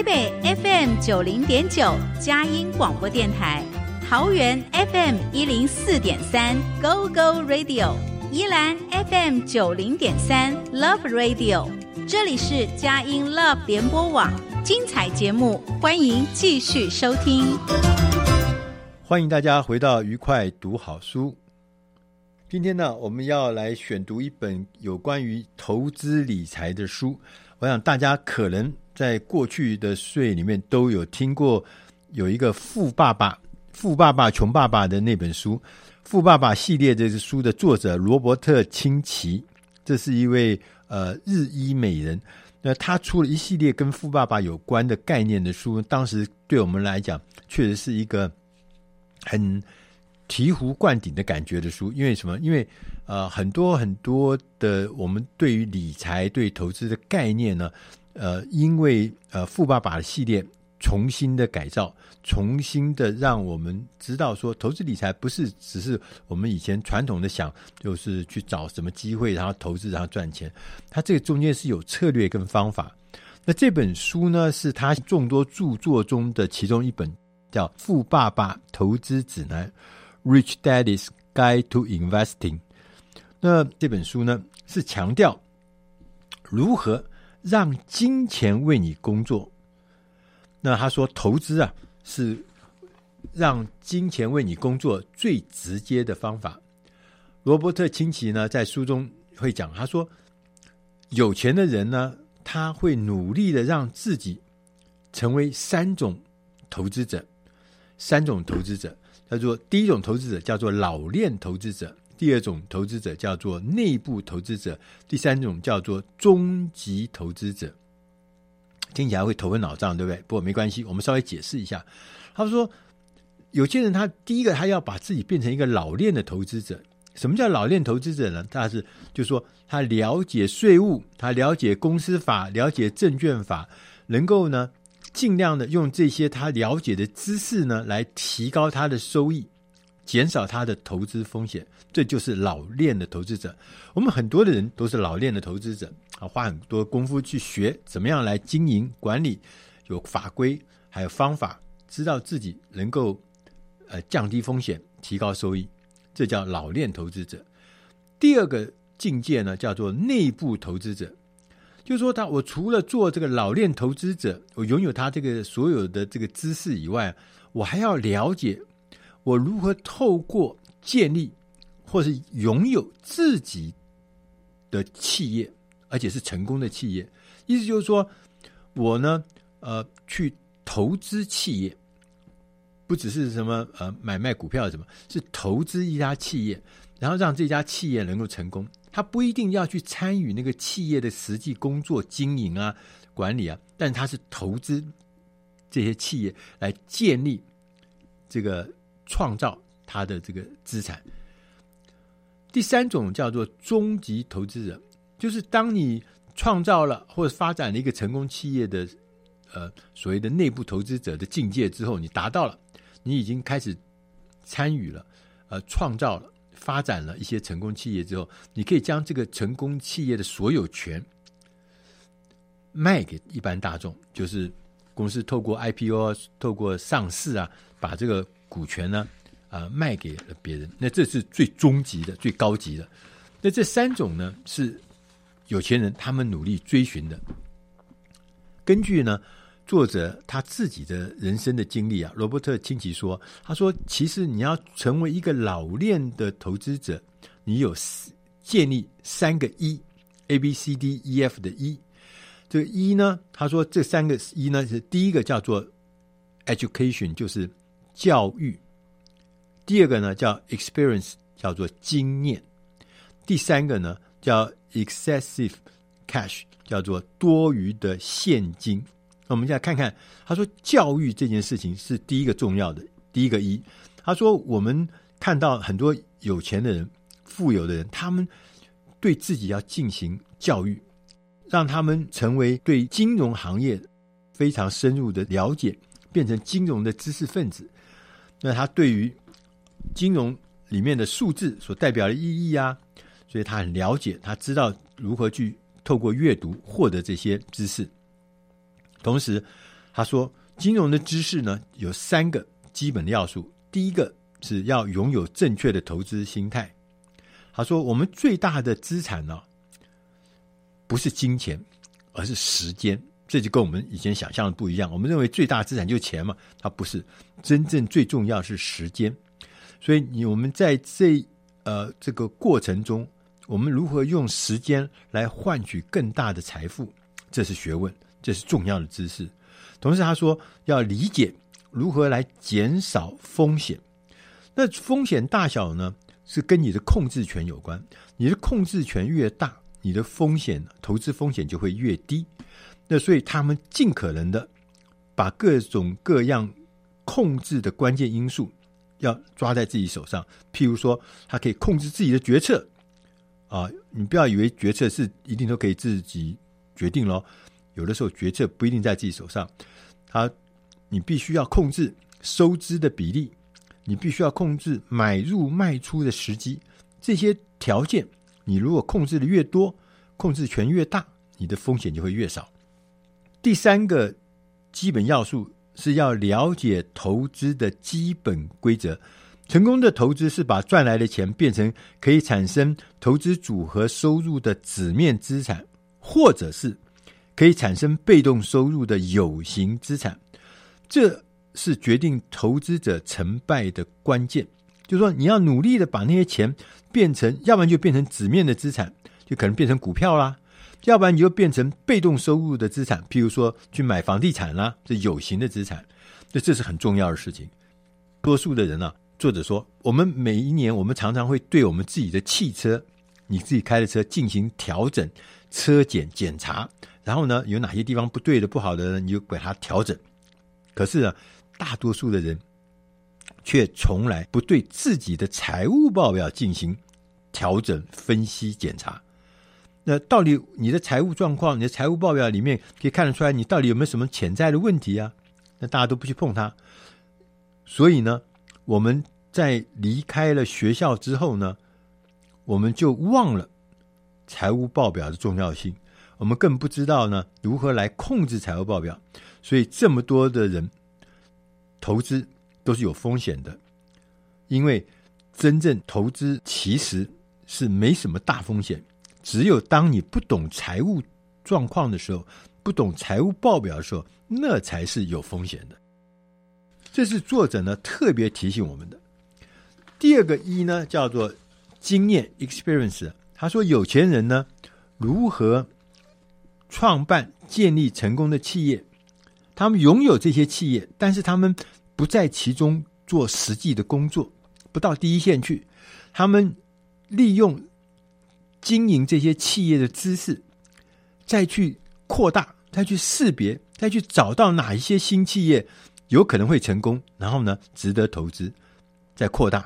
北 F M 九零点九佳音广播电台，桃园 F M 一零四点三 Go Go Radio， 宜兰 F M 九零点三 Love Radio， 这里是佳音 Love 联播网，精彩节目欢迎继续收听。 欢迎大家回到愉快读好书。今天呢，我们要来选读一本有关于投资理财的书。我想大家可能在过去的岁里面都有听过有一个富爸爸富爸爸穷爸爸的那本书，富爸爸系列这个书的作者罗伯特清崎，这是一位呃日裔美人。那他出了一系列跟富爸爸有关的概念的书，当时对我们来讲确实是一个很醍醐灌顶的感觉的书。因为什么？因为呃很多很多的我们对于理财对投资的概念呢，呃因为呃富爸爸的系列重新的改造，重新的让我们知道说投资理财不是只是我们以前传统的想就是去找什么机会然后投资然后赚钱，它这个中间是有策略跟方法。那这本书呢是他众多著作中的其中一本，叫《富爸爸投资指南》 Rich Daddy's Guide to Investing。 那这本书呢是强调如何让金钱为你工作。那他说投资啊是让金钱为你工作最直接的方法。罗伯特清崎呢在书中会讲，他说有钱的人呢他会努力的让自己成为三种投资者，三种投资者叫做，第一种投资者叫做老练投资者，第二种投资者叫做内部投资者，第三种叫做终极投资者。听起来会头昏脑胀，对不对？不过没关系，我们稍微解释一下。他说有些人他第一个他要把自己变成一个老练的投资者。什么叫老练投资者呢？他是就是说他了解税务，他了解公司法，了解证券法，能够呢尽量的用这些他了解的知识呢来提高他的收益，减少他的投资风险。这就是老练的投资者。我们很多的人都是老练的投资者，花很多功夫去学怎么样来经营管理，有法规还有方法，知道自己能够呃降低风险提高收益，这叫老练投资者。第二个境界呢叫做内部投资者，就是说他我除了做这个老练投资者，我拥有他这个所有的这个知识以外，我还要了解我如何透过建立或是拥有自己的企业，而且是成功的企业。意思就是说我呢呃去投资企业，不只是什么呃买卖股票什么，是投资一家企业，然后让这家企业能够成功。他不一定要去参与那个企业的实际工作经营啊管理啊，但他是投资这些企业来建立这个创造他的这个资产。第三种叫做终极投资者，就是当你创造了或者发展了一个成功企业的呃所谓的内部投资者的境界之后，你达到了，你已经开始参与了呃创造了发展了一些成功企业之后，你可以将这个成功企业的所有权卖给一般大众，就是公司透过 I P O 透过上市啊，把这个股权呢呃、卖给了别人。那这是最终极的最高级的。那这三种呢是有钱人他们努力追寻的。根据呢作者他自己的人生的经历啊，罗伯特清崎说，他说其实你要成为一个老练的投资者，你有建立三个 E A B C D E F 的 E。 这个 E 呢，他说这三个 E 呢是第一个叫做 education， 就是教育，第二个呢叫 experience， 叫做经验，第三个呢叫 excessive cash， 叫做多余的现金。我们现在看看，他说教育这件事情是第一个重要的，第一个一。他说我们看到很多有钱的人富有的人，他们对自己要进行教育，让他们成为对金融行业非常深入的了解，变成金融的知识分子。那他对于金融里面的数字所代表的意义啊，所以他很了解，他知道如何去透过阅读获得这些知识。同时他说金融的知识呢有三个基本的要素，第一个是要拥有正确的投资心态。他说我们最大的资产呢不是金钱，而是时间，这就跟我们以前想象的不一样。我们认为最大的资产就是钱嘛，它不是，真正最重要是时间。所以你我们在这呃这个过程中，我们如何用时间来换取更大的财富，这是学问，这是重要的知识。同时他说要理解如何来减少风险。那风险大小呢是跟你的控制权有关，你的控制权越大，你的风险投资风险就会越低。那所以他们尽可能的把各种各样控制的关键因素要抓在自己手上，譬如说他可以控制自己的决策啊，你不要以为决策是一定都可以自己决定咯，有的时候决策不一定在自己手上。他你必须要控制收支的比例，你必须要控制买入卖出的时机，这些条件你如果控制的越多，控制权越大，你的风险就会越少。第三个基本要素是要了解投资的基本规则。成功的投资是把赚来的钱变成可以产生投资组合收入的纸面资产，或者是可以产生被动收入的有形资产。这是决定投资者成败的关键，就是说你要努力的把那些钱变成，要不然就变成纸面的资产，就可能变成股票啦，要不然你就变成被动收入的资产，譬如说去买房地产啦，这有形的资产。这这是很重要的事情。多数的人啊，作者说我们每一年我们常常会对我们自己的汽车，你自己开的车进行调整、车检检查，然后呢有哪些地方不对的不好的呢，你就给它调整。可是呢大多数的人却从来不对自己的财务报表进行调整、分析、检查。那到底你的财务状况，你的财务报表里面可以看得出来你到底有没有什么潜在的问题啊？那大家都不去碰它。所以呢我们在离开了学校之后呢，我们就忘了财务报表的重要性，我们更不知道呢如何来控制财务报表。所以这么多的人投资都是有风险的，因为真正投资其实是没什么大风险，只有当你不懂财务状况的时候，不懂财务报表的时候，那才是有风险的。这是作者呢特别提醒我们的。第二个一呢叫做经验 experience。 他说有钱人呢如何创办建立成功的企业，他们拥有这些企业，但是他们不在其中做实际的工作，不到第一线去，他们利用经营这些企业的知识，再去扩大，再去识别，再去找到哪一些新企业有可能会成功，然后呢值得投资，再扩大。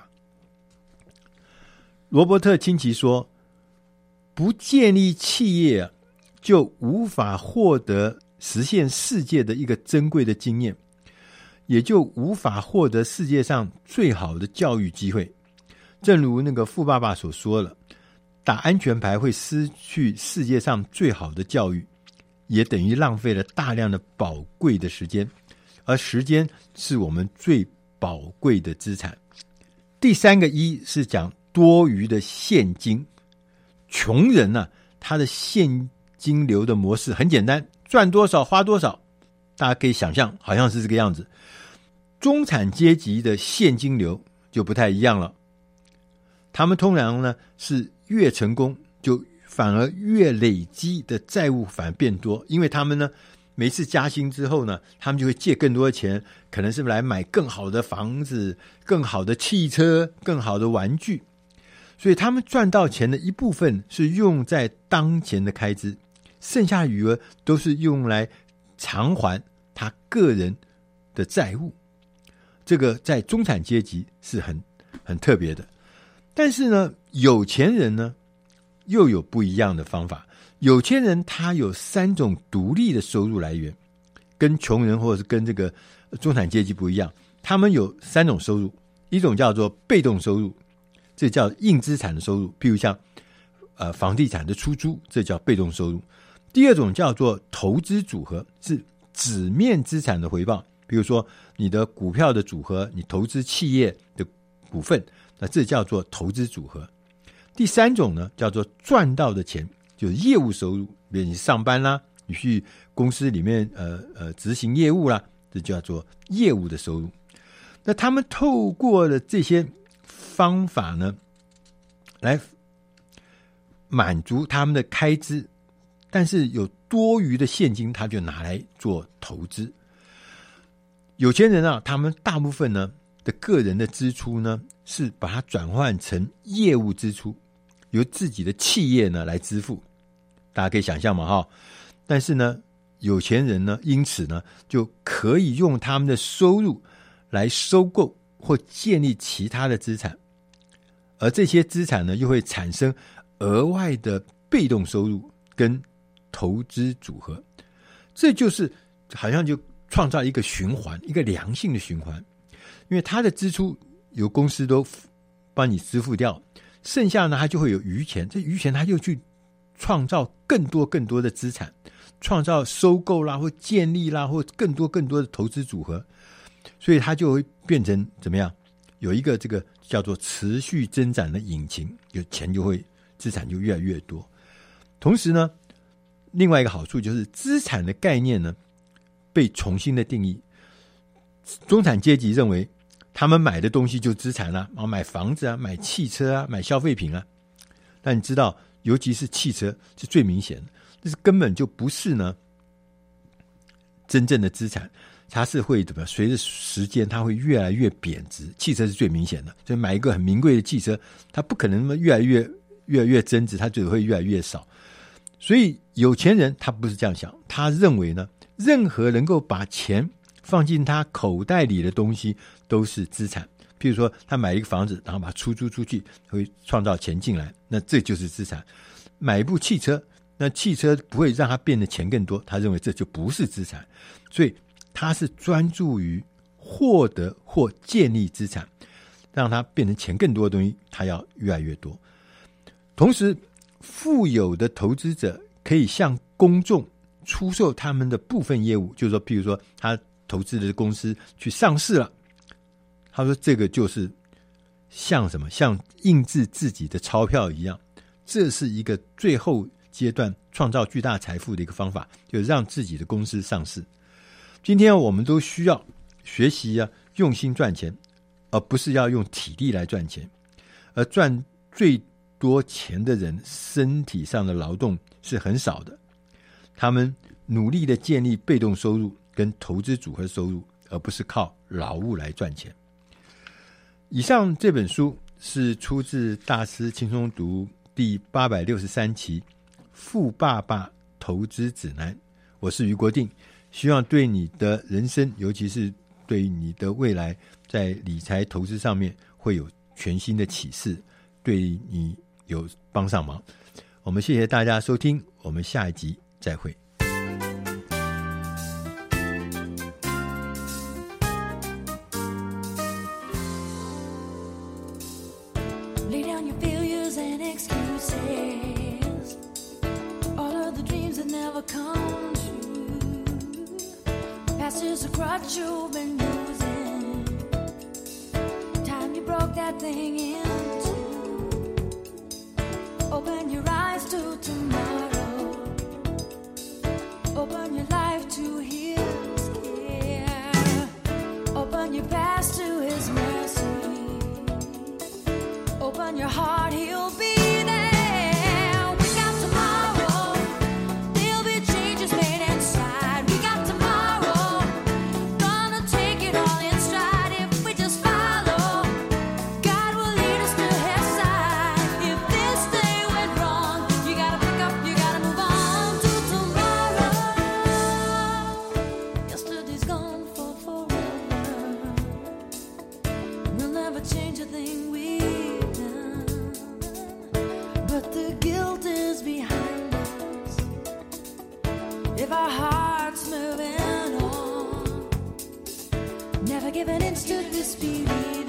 罗伯特清崎说，不建立企业啊，就无法获得实现世界的一个珍贵的经验，也就无法获得世界上最好的教育机会。正如那个富爸爸所说了，打安全牌会失去世界上最好的教育，也等于浪费了大量的宝贵的时间，而时间是我们最宝贵的资产。第三个一是讲多余的现金。穷人呢、啊，他的现金流的模式很简单，赚多少花多少，大家可以想象好像是这个样子。中产阶级的现金流就不太一样了，他们通常呢是越成功就反而越累积的债务反而变多，因为他们呢每次加薪之后呢，他们就会借更多的钱，可能是来买更好的房子、更好的汽车、更好的玩具。所以他们赚到钱的一部分是用在当前的开支，剩下的余额都是用来偿还他个人的债务。这个在中产阶级是很很特别的。但是呢，有钱人呢又有不一样的方法。有钱人他有三种独立的收入来源，跟穷人或者是跟这个中产阶级不一样。他们有三种收入，一种叫做被动收入，这叫硬资产的收入，譬如像呃房地产的出租，这叫被动收入。第二种叫做投资组合，是纸面资产的回报，比如说你的股票的组合，你投资企业的股份，那这叫做投资组合。第三种呢，叫做赚到的钱，就是业务收入，比如你上班啦，你去公司里面呃呃执行业务啦，这叫做业务的收入。那他们透过了这些方法呢，来满足他们的开支，但是有多余的现金，他就拿来做投资。有钱人啊，他们大部分呢的个人的支出呢，是把它转换成业务支出，由自己的企业呢来支付。大家可以想象嘛，哈。但是呢，有钱人呢，因此呢，就可以用他们的收入来收购或建立其他的资产，而这些资产呢，又会产生额外的被动收入跟投资组合。这就是好像就创造一个循环，一个良性的循环。因为他的支出由公司都帮你支付掉，剩下呢，他就会有余钱，这余钱他又去创造更多更多的资产，创造收购啦，或建立啦，或更多更多的投资组合，所以它就会变成怎么样？有一个这个叫做持续增长的引擎，有钱就会资产就越来越多。同时呢，另外一个好处就是资产的概念呢被重新的定义。中产阶级认为他们买的东西就资产啦、啊，买房子啊，买汽车啊，买消费品啊。但你知道，尤其是汽车是最明显的，这是根本就不是呢真正的资产，它是会怎么随着时间它会越来越贬值。汽车是最明显的，所以买一个很名贵的汽车，它不可能越来越越来越增值，它只会越来越少。所以有钱人他不是这样想，他认为呢，任何能够把钱放进他口袋里的东西都是资产。譬如说他买一个房子，然后把它出租出去，会创造钱进来，那这就是资产。买一部汽车，那汽车不会让他变得钱更多，他认为这就不是资产。所以他是专注于获得或建立资产，让他变成钱更多的东西，他要越来越多。同时富有的投资者可以向公众出售他们的部分业务，就是说譬如说他投资的公司去上市了，他说这个就是像什么，像印制自己的钞票一样，这是一个最后阶段创造巨大财富的一个方法，就是让自己的公司上市。今天我们都需要学习啊，用心赚钱，而不是要用体力来赚钱。而赚最多钱的人，身体上的劳动是很少的，他们努力的建立被动收入跟投资组合收入，而不是靠劳务来赚钱。以上这本书是出自大师轻松读第八百六十三期《富爸爸投资指南》，我是余国定，希望对你的人生，尤其是对你的未来，在理财投资上面会有全新的启示，对你有帮上忙。我们谢谢大家收听，我们下一集再会。 You've been using time you broke that thing into. Open your eyes to tomorrow. Open your life to his care. Open your past to his mercy. Open your heart, he'll be change a thing we've done, but the guilt is behind us. If our heart's moving on, never give an inch to disbelief.